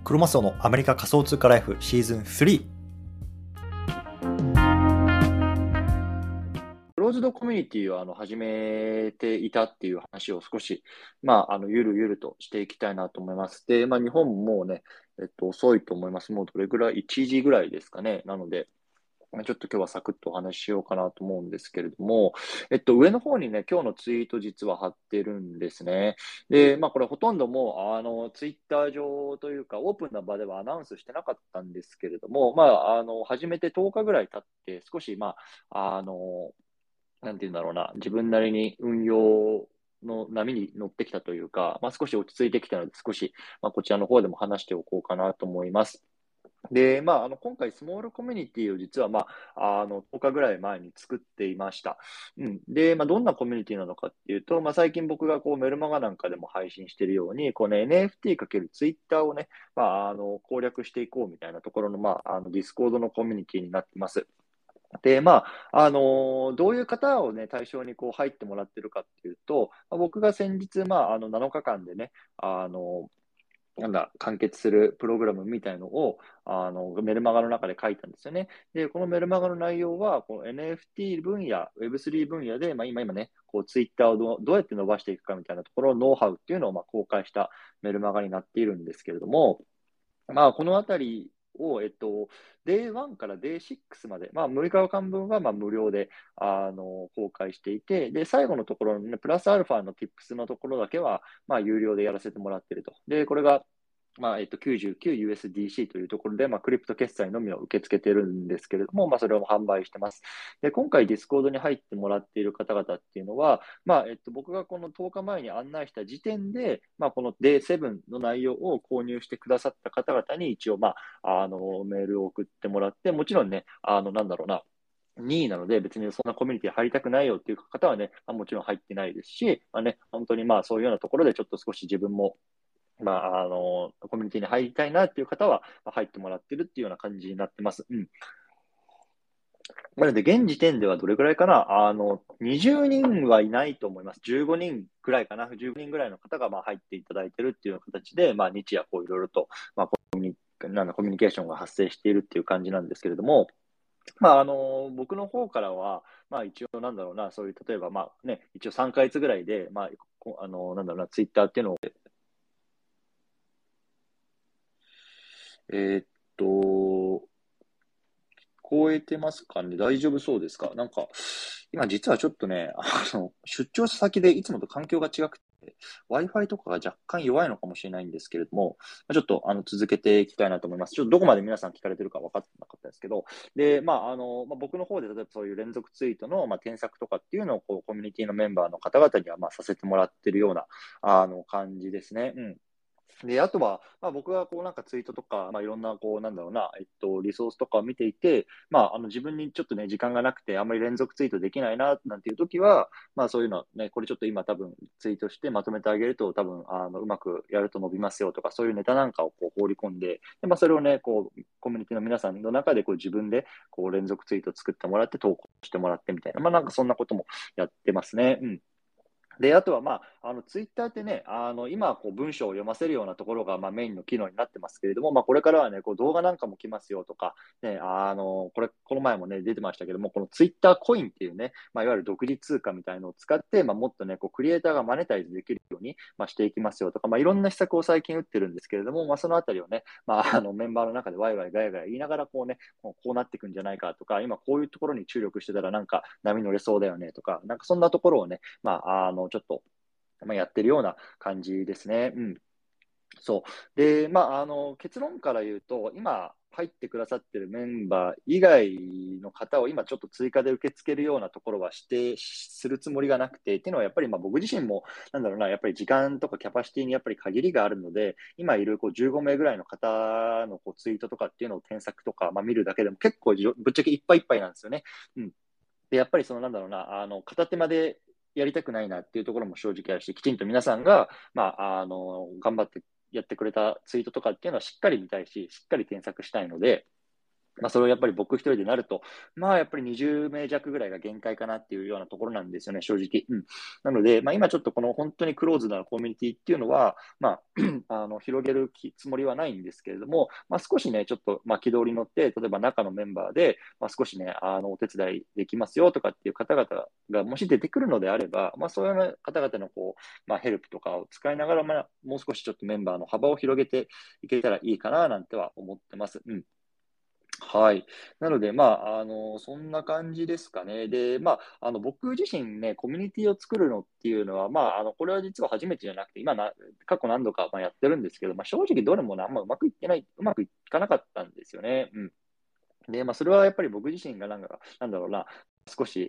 クロマスオのアメリカ仮想通貨ライフシーズン3。 クローズドコミュニティを始めていたっていう話を少し、ゆるゆるとしていきたいなと思います。で、日本ももうね、遅いと思います。もうどれぐらい ?1 時ぐらいですかね。なので、ちょっと今日はサクッとお話ししようかなと思うんですけれども、上の方にね、今日のツイート実は貼ってるんですね。で、これほとんどもう、ツイッター上というか、オープンな場ではアナウンスしてなかったんですけれども、始めて10日ぐらい経って、少し、なんて言うんだろうな、自分なりに運用の波に乗ってきたというか、少し落ち着いてきたので、少し、こちらの方でも話しておこうかなと思います。で、今回、スモールコミュニティを実は、10日ぐらい前に作っていました。うん。で、どんなコミュニティなのかっていうと、最近僕がこうメルマガなんかでも配信しているように、こうね、NFT× ツイッターをね、攻略していこうみたいなところの、ディスコードのコミュニティになってます。で、どういう方をね、対象にこう入ってもらってるかっていうと、僕が先日、7日間でね、完結するプログラムみたいのを、メルマガの中で書いたんですよね。で、このメルマガの内容は、この NFT 分野、Web3 分野で、今ね、こう、ツイッターをどうやって伸ばしていくかみたいなところのノウハウっていうのを、公開したメルマガになっているんですけれども、このあたりを、Day1 から Day6 まで、6日間分は無料で、公開していて、で、最後のところのね、プラスアルファの Tips のところだけは、有料でやらせてもらっていると。で、これが、99USDC というところで、クリプト決済のみを受け付けているんですけれども、それを販売してます。で、今回ディスコードに入ってもらっている方々っていうのは、僕がこの10日前に案内した時点で、この Day7 の内容を購入してくださった方々に一応、メールを送ってもらって、もちろんね、任意なので、別にそんなコミュニティ入りたくないよっていう方はね、もちろん入ってないですし、本当にそういうようなところでちょっと少し自分もコミュニティに入りたいなっていう方は、入ってもらってるっていうような感じになってます。うん。なので、現時点ではどれくらいかな20人はいないと思います。15人くらいかな ?15 人ぐらいの方が、入っていただいてるっていう形で、日夜こういろいろと、コミュニケーションが発生しているっていう感じなんですけれども、僕の方からは、一応そういう、例えば、一応3ヶ月ぐらいで、ツイッターっていうのを、えーっと、聞こえてますかね？大丈夫そうですか？今実はちょっとね、出張先でいつもと環境が違くて、Wi-Fi とかが若干弱いのかもしれないんですけれども、ちょっと続けていきたいなと思います。ちょっとどこまで皆さん聞かれてるか分かってなかったですけど、で、僕の方で例えばそういう連続ツイートの、添削とかっていうのをこうコミュニティのメンバーの方々にはさせてもらってるような感じですね。うん。で、あとは、僕がこうツイートとか、いろんなこうリソースとかを見ていて、自分にちょっとね、時間がなくて、あんまり連続ツイートできないな、なんていう時は、そういうのね、これちょっと今多分ツイートしてまとめてあげると、多分、うまくやると伸びますよとか、そういうネタなんかをこう放り込んで、で、それをね、こう、コミュニティの皆さんの中でこう自分でこう連続ツイート作ってもらって投稿してもらってみたいな、そんなこともやってますね。うん。で、あとは、ツイッターってね、今、こう、文章を読ませるようなところが、メインの機能になってますけれども、これからはね、こう、動画なんかも来ますよとか、ね、この前もね、出てましたけども、このツイッターコインっていうね、いわゆる独自通貨みたいのを使って、もっとね、こう、クリエイターがマネタイズできるように、していきますよとか、いろんな施策を最近打ってるんですけれども、そのあたりをね、メンバーの中でワイワイガヤガヤ言いながら、こうね、こうなっていくんじゃないかとか、今こういうところに注力してたらなんか波乗れそうだよねとか、そんなところをね、ちょっと、やってるような感じですね。うん。そう。で、結論から言うと、今入ってくださってるメンバー以外の方を今ちょっと追加で受け付けるようなところはするつもりがなくて、っていうのはやっぱり僕自身も、やっぱり時間とかキャパシティにやっぱり限りがあるので、今いるこう15名ぐらいの方のこうツイートとかっていうのを添削とか、見るだけでも結構ぶっちゃけいっぱいいっぱいなんですよね。うん。で、やっぱり片手間でやりたくないなっていうところも正直あるし、きちんと皆さんが、頑張ってやってくれたツイートとかっていうのはしっかり見たいし、しっかり添削したいので、 それをやっぱり僕一人でなると、やっぱり20名弱ぐらいが限界かなっていうようなところなんですよね、正直。なので、今ちょっとこの本当にクローズなコミュニティっていうのは、広げるつもりはないんですけれども、少しね、ちょっと、軌道に乗って、例えば中のメンバーで、少しね、お手伝いできますよとかっていう方々がもし出てくるのであれば、そういうような方々のヘルプとかを使いながら、もう少しちょっとメンバーの幅を広げていけたらいいかな、なんては思ってます。はい。なので、そんな感じですかね。で、僕自身ね、コミュニティを作るのっていうのは、これは実は初めてじゃなくて、過去何度かやってるんですけど、正直どれもあんまうまくいってない、うまくいかなかったんですよね。で、それはやっぱり僕自身がなんだろうな、少し、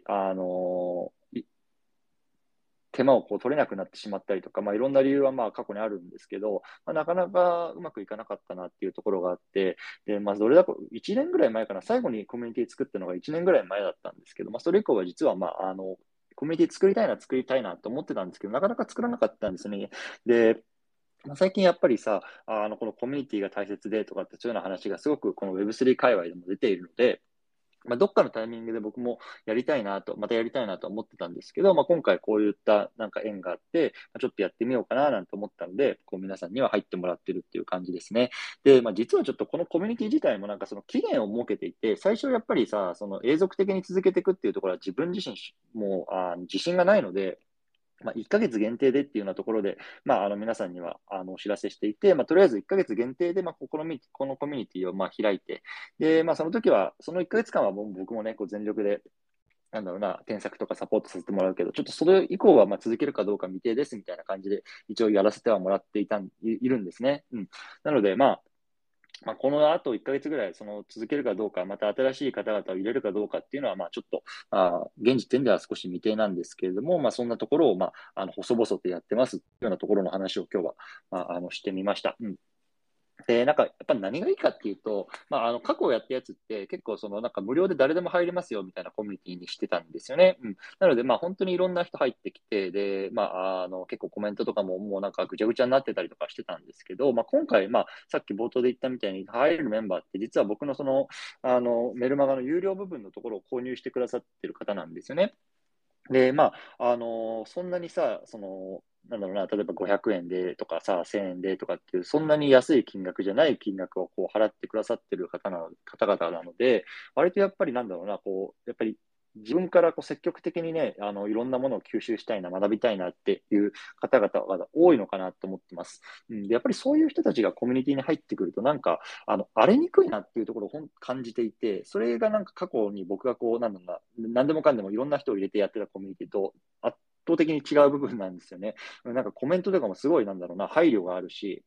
手間を取れなくなってしまったりとか、いろんな理由は過去にあるんですけど、なかなかうまくいかなかったなっていうところがあって、で、どれだか、1年ぐらい前かな、最後にコミュニティ作ったのが1年ぐらい前だったんですけど、それ以降は実は、コミュニティ作りたいなと思ってたんですけど、なかなか作らなかったんですね。で、最近やっぱりさ、このコミュニティが大切でとかって、そういうような話がすごくこの Web3 界隈でも出ているので、どっかのタイミングで僕もまたやりたいなと思ってたんですけど、今回こういった縁があって、ちょっとやってみようかななんて思ったので、皆さんには入ってもらってるっていう感じですね。で、実はちょっとこのコミュニティ自体もその期限を設けていて、最初やっぱりさ、その永続的に続けていくっていうところは自分自身も自信がないので、1ヶ月限定でっていうようなところで、皆さんには、お知らせしていて、とりあえず1ヶ月限定で、このコミュニティを、開いて、で、その時は、その1ヶ月間はもう僕もね、全力で、添削とかサポートさせてもらうけど、ちょっとそれ以降は、続けるかどうか未定ですみたいな感じで、一応やらせてはもらっているんですね。なので、この後1ヶ月ぐらい、続けるかどうか、また新しい方々を入れるかどうかっていうのは、ちょっと、現時点では少し未定なんですけれども、そんなところを、細々とやってますっていうようなところの話を今日は、してみました。で、やっぱ何がいいかっていうと、過去やったやつって結構無料で誰でも入れますよみたいなコミュニティにしてたんですよね。なので、本当にいろんな人入ってきて、で、結構コメントとかももうぐちゃぐちゃになってたりとかしてたんですけど、今回、さっき冒頭で言ったみたいに入れるメンバーって実は僕のメルマガの有料部分のところを購入してくださってる方なんですよね。で、そんなにさ、例えば500円でとかさ、1000円でとかっていう、そんなに安い金額じゃない金額を払ってくださってる方々なので、割とやっぱりやっぱり自分から積極的にね、いろんなものを吸収したいな、学びたいなっていう方々が多いのかなと思ってます。で、やっぱりそういう人たちがコミュニティに入ってくると、荒れにくいなっていうところを感じていて、それが過去に僕が何でもかんでもいろんな人を入れてやってたコミュニティと圧倒的に違う部分なんですよね。コメントとかもすごい配慮があるし、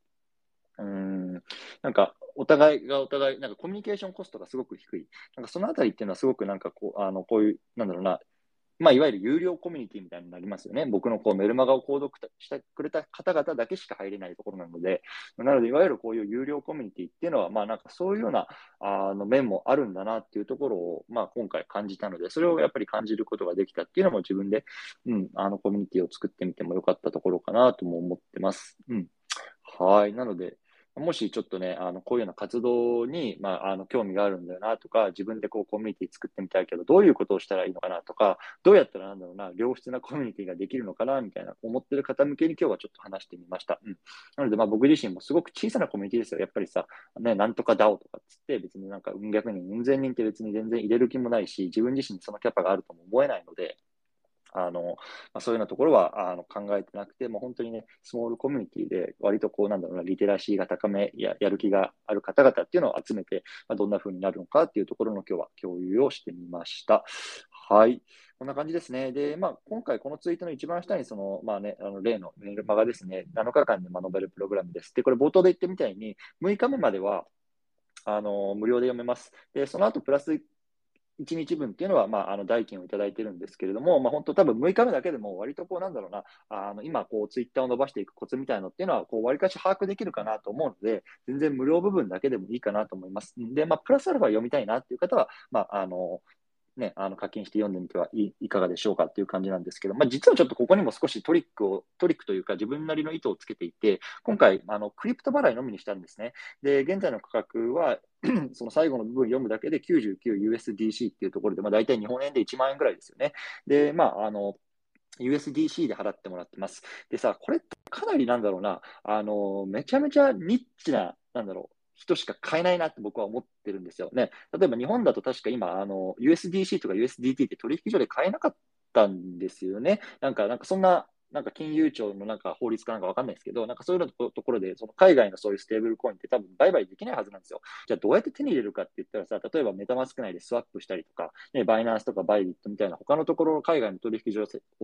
お互い、コミュニケーションコストがすごく低い。そのあたりっていうのはすごくこういう、いわゆる有料コミュニティみたいになりますよね。僕のメルマガを購読してくれた方々だけしか入れないところなので、なので、いわゆるこういう有料コミュニティっていうのは、そういうような、面もあるんだなっていうところを、今回感じたので、それをやっぱり感じることができたっていうのも自分で、コミュニティを作ってみてもよかったところかなとも思ってます。はい。なので、もしちょっとね、こういうような活動に、興味があるんだよなとか、自分でコミュニティ作ってみたいけど、どういうことをしたらいいのかなとか、どうやったら良質なコミュニティができるのかなみたいな、思ってる方向けに今日はちょっと話してみました。なので、僕自身もすごく小さなコミュニティですよ。やっぱりさ、ね、なんとか DAO とかっつって、別にうん百人、うん千人って別に全然入れる気もないし、自分自身にそのキャパがあるとも思えないので、そういうようなところは考えてなくて、もう本当にね、スモールコミュニティで、割とリテラシーが高め、やる気がある方々っていうのを集めて、どんな風になるのかっていうところの今日は共有をしてみました。はい。こんな感じですね。で、今回このツイートの一番下に、例のメールマガですね、7日間で学べるプログラムです。で、これ冒頭で言ったみたいに、6日目までは、無料で読めます。で、その後プラス1日分っていうのは、代金をいただいてるんですけれども、本当多分6日目だけでも割と今ツイッターを伸ばしていくコツみたいなのっていうのは、割かし把握できるかなと思うので、全然無料部分だけでもいいかなと思います。で、プラスアルファ読みたいなっていう方は、 ね、課金して読んでみてはいかがでしょうかっていう感じなんですけど、まあ、実はちょっとここにも少しトリックというか自分なりの意図をつけていて、今回、クリプト払いのみにしたんですね。で、現在の価格は、その最後の部分読むだけで 99USDC っていうところで、まあ、大体日本円で1万円ぐらいですよね。で、まあ、USDC で払ってもらってます。でさ、これってかなりなんだろうな、めちゃめちゃニッチな、なんだろう、人しか買えないなって僕は思ってるんですよね。例えば日本だと確か今、USDC とか USDT って取引所で買えなかったんですよね。なんかそんな、なんか金融庁のなんか法律かなんかわかんないですけど、なんかそういうところで、その海外のそういうステーブルコインって多分売買できないはずなんですよ。じゃあどうやって手に入れるかって言ったらさ、例えばメタマスク内でスワップしたりとか、ね、バイナンスとかバイビットみたいな他のところの海外の取引所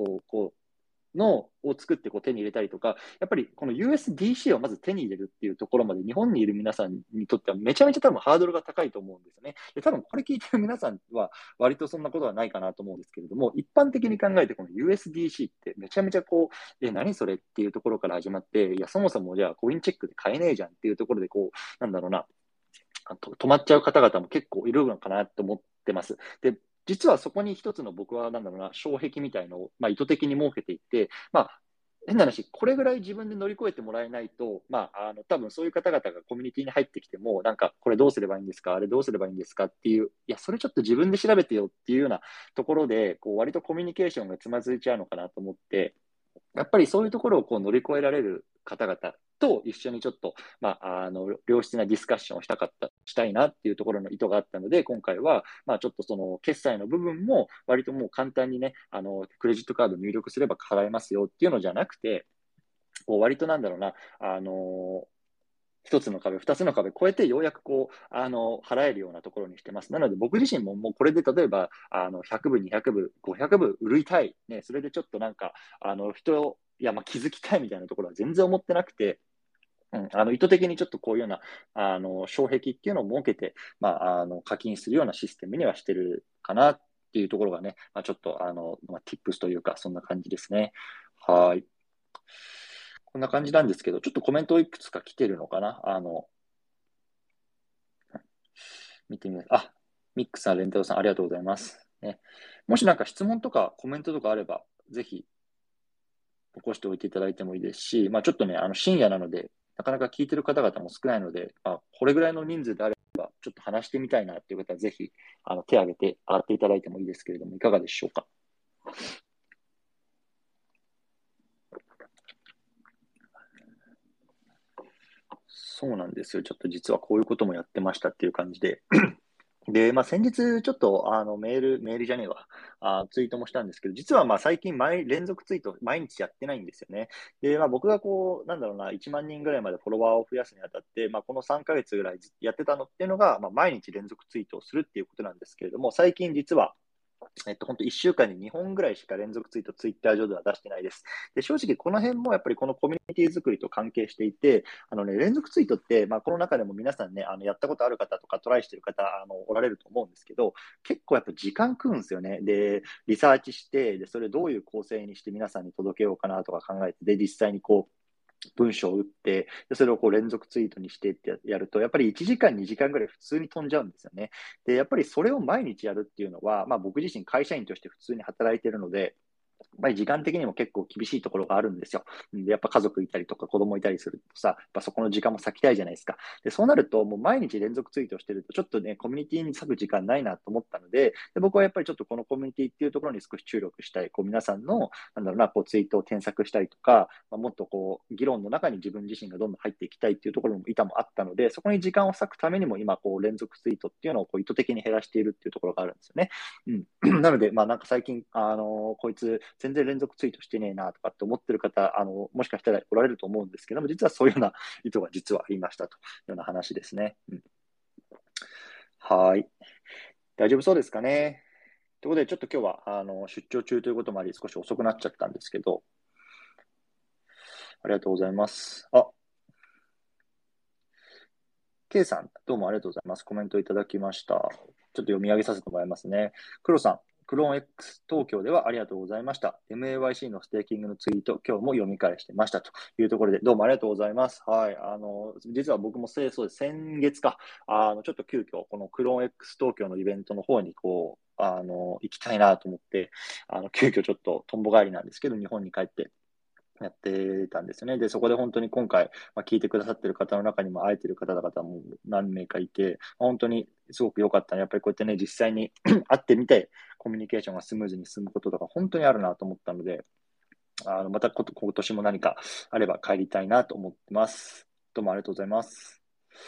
を作ってこう手に入れたりとか、やっぱりこの USDC をまず手に入れるっていうところまで日本にいる皆さんにとってはめちゃめちゃ多分ハードルが高いと思うんですよね。で、多分これ聞いてる皆さんは割とそんなことはないかなと思うんですけれども、一般的に考えてこの USDC ってめちゃめちゃこう、何それっていうところから始まって、いや、そもそもじゃあコインチェックで買えねえじゃんっていうところでこう、なんだろうな、止まっちゃう方々も結構いるのかなと思ってます。で、実はそこに一つの僕はなんだろうな、障壁みたいのを、まあ、意図的に設けていて、まあ、変な話、これぐらい自分で乗り越えてもらえないと、まあ、多分そういう方々がコミュニティに入ってきても、なんか、これどうすればいいんですかあれどうすればいいんですかっていう、いや、それちょっと自分で調べてよっていうようなところで、こう、割とコミュニケーションがつまずいちゃうのかなと思って、やっぱりそういうところをこう乗り越えられる方々と一緒にちょっと、まあ、良質なディスカッションをしたいなっていうところの意図があったので、今回は、まあ、ちょっとその決済の部分も割ともう簡単にね、クレジットカード入力すれば払えますよっていうのじゃなくて、こう割となんだろうな、一つの壁、二つの壁越えてようやくこう、払えるようなところにしてます。なので僕自身ももうこれで例えば、100部、200部、500部売りたい。ね、それでちょっとなんか、まあ気づきたいみたいなところは全然思ってなくて、意図的にちょっとこういうような、障壁っていうのを設けて、まあ、課金するようなシステムにはしてるかなっていうところがね、まあ、ちょっと、まあ、tips というか、そんな感じですね。はい。こんな感じなんですけど、ちょっとコメントいくつか来てるのかな見てみます。あ、ミックさん、レンタロさん、ありがとうございます。ね、もしなんか質問とかコメントとかあれば、ぜひ起こしておいていただいてもいいですし、まあ、ちょっとね、深夜なので、なかなか聞いてる方々も少ないので、まあ、これぐらいの人数であれば、ちょっと話してみたいなっていう方は、ぜひ、手を挙げて、上がっていただいてもいいですけれども、いかがでしょうか。そうなんですよ。ちょっと実はこういうこともやってましたっていう感じで、で、まあ、先日、ちょっと、メールじゃねえわ、ツイートもしたんですけど、実はまあ最近連続ツイート毎日やってないんですよね。で、まあ僕がこう、なんだろうな、1万人ぐらいまでフォロワーを増やすにあたって、まあこの3ヶ月ぐらいずっとやってたのっていうのが、まあ毎日連続ツイートをするっていうことなんですけれども、最近実は、本当1週間に2本ぐらいしか連続ツイート、ツイッター上では出してないです。で、正直この辺もやっぱりこのコミュニティ作りと関係していて、連続ツイートって、まあ、この中でも皆さんね、やったことある方とかトライしてる方、おられると思うんですけど、結構やっぱ時間食うんですよね。で、リサーチして、で、それどういう構成にして皆さんに届けようかなとか考えて、で、実際にこう、文章を打って、でそれをこう連続ツイートにしてってやると、やっぱり1時間、2時間ぐらい普通に飛んじゃうんですよね。で、やっぱりそれを毎日やるっていうのは、まあ僕自身会社員として普通に働いているので、やっぱり時間的にも結構厳しいところがあるんですよ。で、やっぱ家族いたりとか子供いたりするとさ、やっぱそこの時間も割きたいじゃないですか。で、そうなるともう毎日連続ツイートしてると、ちょっとね、コミュニティに割く時間ないなと思ったので、僕はやっぱりちょっとこのコミュニティっていうところに少し注力したい。こう皆さんの、なんだろうな、こうツイートを添削したりとか、まあ、もっとこう議論の中に自分自身がどんどん入っていきたいっていうところも板もあったので、そこに時間を割くためにも今こう連続ツイートっていうのをこう意図的に減らしているっていうところがあるんですよね。なので、まあなんか最近、こいつ全然連続ツイートしてねえなとかって思ってる方、もしかしたらおられると思うんですけども、実はそういうような意図が実はありましたというような話ですね。はい。大丈夫そうですかね。ということで、ちょっと今日は、出張中ということもあり、少し遅くなっちゃったんですけど、ありがとうございます。K さん、どうもありがとうございます。コメントいただきました。ちょっと読み上げさせてもらいますね。黒さん、 クローン X 東京ではありがとうございました。MAYC のステーキングのツイート、今日も読み返してましたというところで、どうもありがとうございます。はい。実は僕もそうです。先月か、ちょっと急遽、このクローン X 東京のイベントの方に、行きたいなと思って、急遽ちょっととんぼ帰りなんですけど、日本に帰ってやってたんですよね。で、そこで本当に今回、聞いてくださってる方の中にも会えてる方々も何名かいて、本当にすごく良かったね。やっぱりこうやってね、実際に会ってみて、コミュニケーションがスムーズに進むこととか本当にあるなと思ったので、また今年も何かあれば帰りたいなと思ってます。どうもありがとうございます。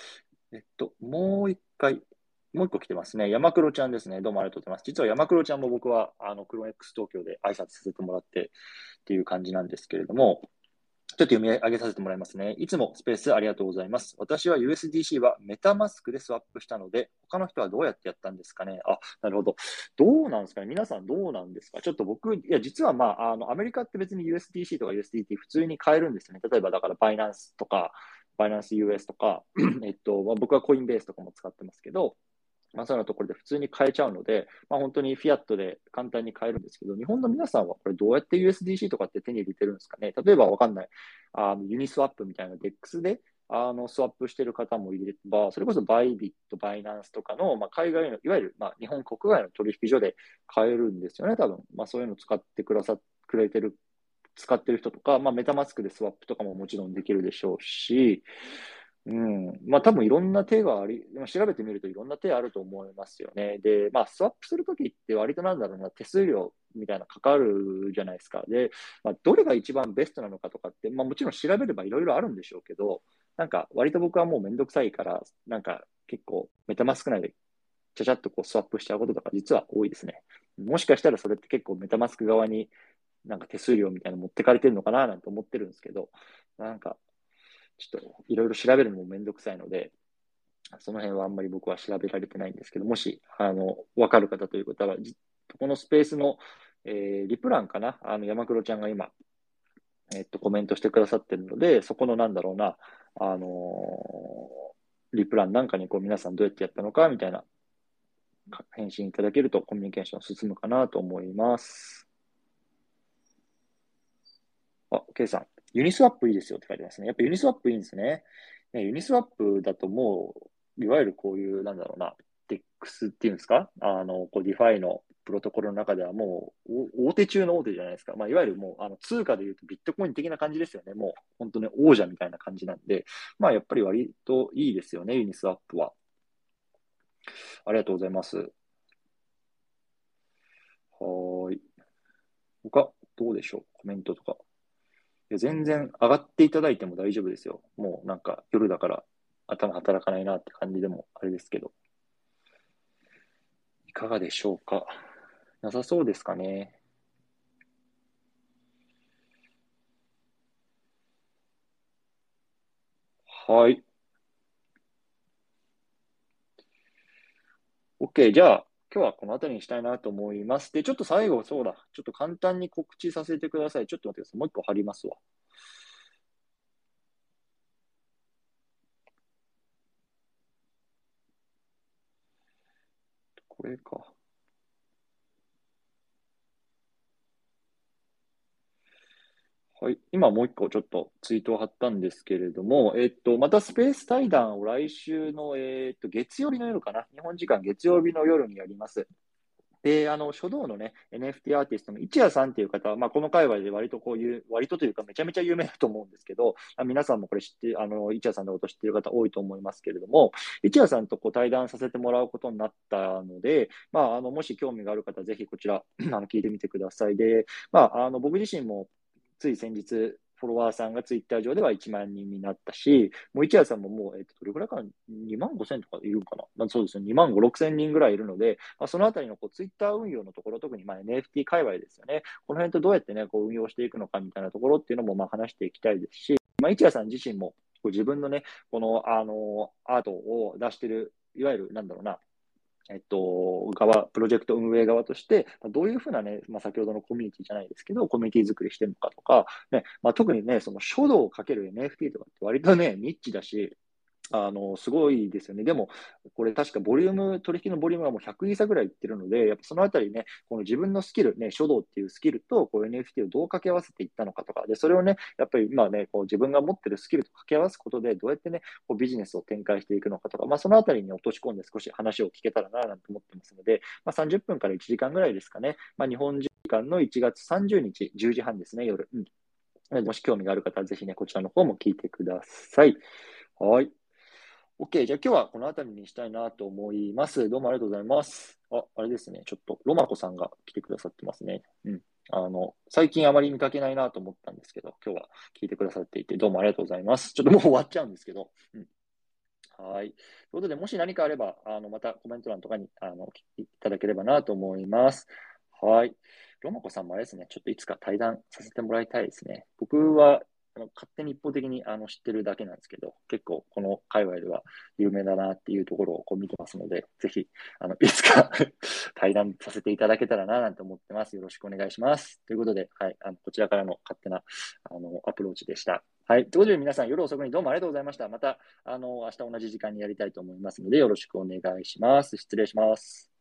もう一個来てますね。山黒ちゃんですね。どうもありがとうございます。実は山黒ちゃんも僕は、クローン X 東京で挨拶させてもらってっていう感じなんですけれども、ちょっと読み上げさせてもらいますね。いつもスペースありがとうございます。私は USDC はメタマスクでスワップしたので、他の人はどうやってやったんですかね。なるほど。どうなんですかね。皆さんどうなんですか。ちょっと僕、いや、実はアメリカって別に USDC とか USDT 普通に買えるんですよね。例えばだからバイナンスとか、バイナンス US とか、僕はコインベースとかも使ってますけど、そういうところで普通に買えちゃうので、本当にフィアットで簡単に買えるんですけど、日本の皆さんはこれどうやって USDC とかって手に入れてるんですかね。例えばわかんない、ユニスワップみたいな DEX で、スワップしてる方もいれば、それこそバイビット、バイナンスとかの、海外の、いわゆる、日本国外の取引所で買えるんですよね、多分。そういうのをくれてる、使ってる人とか、メタマスクでスワップとかももちろんできるでしょうし、うん。多分いろんな手が調べてみるといろんな手あると思いますよね。で、スワップするときって割となんだろうな、手数料みたいなかかるじゃないですか。で、どれが一番ベストなのかとかって、もちろん調べればいろいろあるんでしょうけど、なんか割と僕はもうめんどくさいから、なんか結構メタマスク内でちゃちゃっとこうスワップしちゃうこととか実は多いですね。もしかしたらそれって結構メタマスク側になんか手数料みたいなの持ってかれてるのかななんて思ってるんですけど、なんかちょっといろいろ調べるのもめんどくさいので、その辺はあんまり僕は調べられてないんですけど、もし、わかる方という方は、このスペースの、リプランかな、山黒ちゃんが今、コメントしてくださってるので、そこのなんだろうな、リプランなんかにこう皆さんどうやってやったのかみたいな返信いただけるとコミュニケーション進むかなと思います。ケイさん、ユニスワップいいですよって書いてますね。やっぱユニスワップいいんですね。ユニスワップだともう、いわゆるこういう、なんだろうな、DEX っていうんですかこうディファイのプロトコルの中ではもう、大手中の大手じゃないですか。いわゆるもう、通貨でいうとビットコイン的な感じですよね。もう、本当に王者みたいな感じなんで、やっぱり割といいですよね、ユニスワップは。ありがとうございます。はーい。他、どうでしょうコメントとか。いや、全然上がっていただいても大丈夫ですよ。もうなんか夜だから頭働かないなって感じでもあれですけど。いかがでしょうか。なさそうですかね。はい。OK。じゃあ、今日はこの辺りにしたいなと思います。で、ちょっと最後、そうだ。ちょっと簡単に告知させてください。ちょっと待ってください。もう一個貼りますわ。これか。はい。今もう一個ちょっとツイートを貼ったんですけれども、またスペース対談を来週の、月曜日の夜かな。日本時間月曜日の夜にやります。で、書道のね、NFT アーティストの一夜さんっていう方は、この界隈で割とこういう、割とというかめちゃめちゃ有名だと思うんですけど、皆さんもこれ知って、一夜さんのこと知っている方多いと思いますけれども、一夜さんとこう対談させてもらうことになったので、もし興味がある方はぜひこちら、聞いてみてください。で、僕自身もつい先日、フォロワーさんがツイッター上では1万人になったし、もう一夜さんももう、どれくらいかな ?2 万5千とかいるのかな、そうですね。2万5、6千人ぐらいいるので、そのあたりのこうツイッター運用のところ、特にNFT 界隈ですよね。この辺とどうやってね、こう運用していくのかみたいなところっていうのも話していきたいですし、一夜さん自身もこう自分のね、この、アートを出してる、いわゆる、なんだろうな、プロジェクト運営側として、どういうふうなね、先ほどのコミュニティじゃないですけど、コミュニティ作りしてるのかとか、ね、特にね、その書道をかける NFT とかって割とね、ニッチだし、 すごいですよね。でも、これ確か取引のボリュームはもう100イーサぐらいいってるので、やっぱそのあたりね、この自分のスキル、ね、書道っていうスキルとこう NFT をどう掛け合わせていったのかとか、で、それをね、やっぱり今ね、こう自分が持ってるスキルと掛け合わすことで、どうやってね、こうビジネスを展開していくのかとか、そのあたりに落とし込んで少し話を聞けたらな、なんて思ってますので、30分から1時間ぐらいですかね。日本時間の1月30日、10時半ですね、夜。もし興味がある方は、ぜひね、こちらの方も聞いてください。はい。OK。じゃあ今日はこの辺りにしたいなと思います。どうもありがとうございます。あれですね。ちょっと、ロマコさんが来てくださってますね。最近あまり見かけないなと思ったんですけど、今日は聞いてくださっていて、どうもありがとうございます。ちょっともう終わっちゃうんですけど。はい。ということで、もし何かあれば、またコメント欄とかに、いただければなと思います。はい。ロマコさんもあれですね、ちょっといつか対談させてもらいたいですね。僕は、勝手に一方的に知ってるだけなんですけど、結構この界隈では有名だなっていうところをこう見てますので、ぜひ、いつか対談させていただけたらななんて思ってます。よろしくお願いします。ということで、はい、こちらからの勝手な、アプローチでした。はい。ということで皆さん夜遅くにどうもありがとうございました。また、明日同じ時間にやりたいと思いますので、よろしくお願いします。失礼します。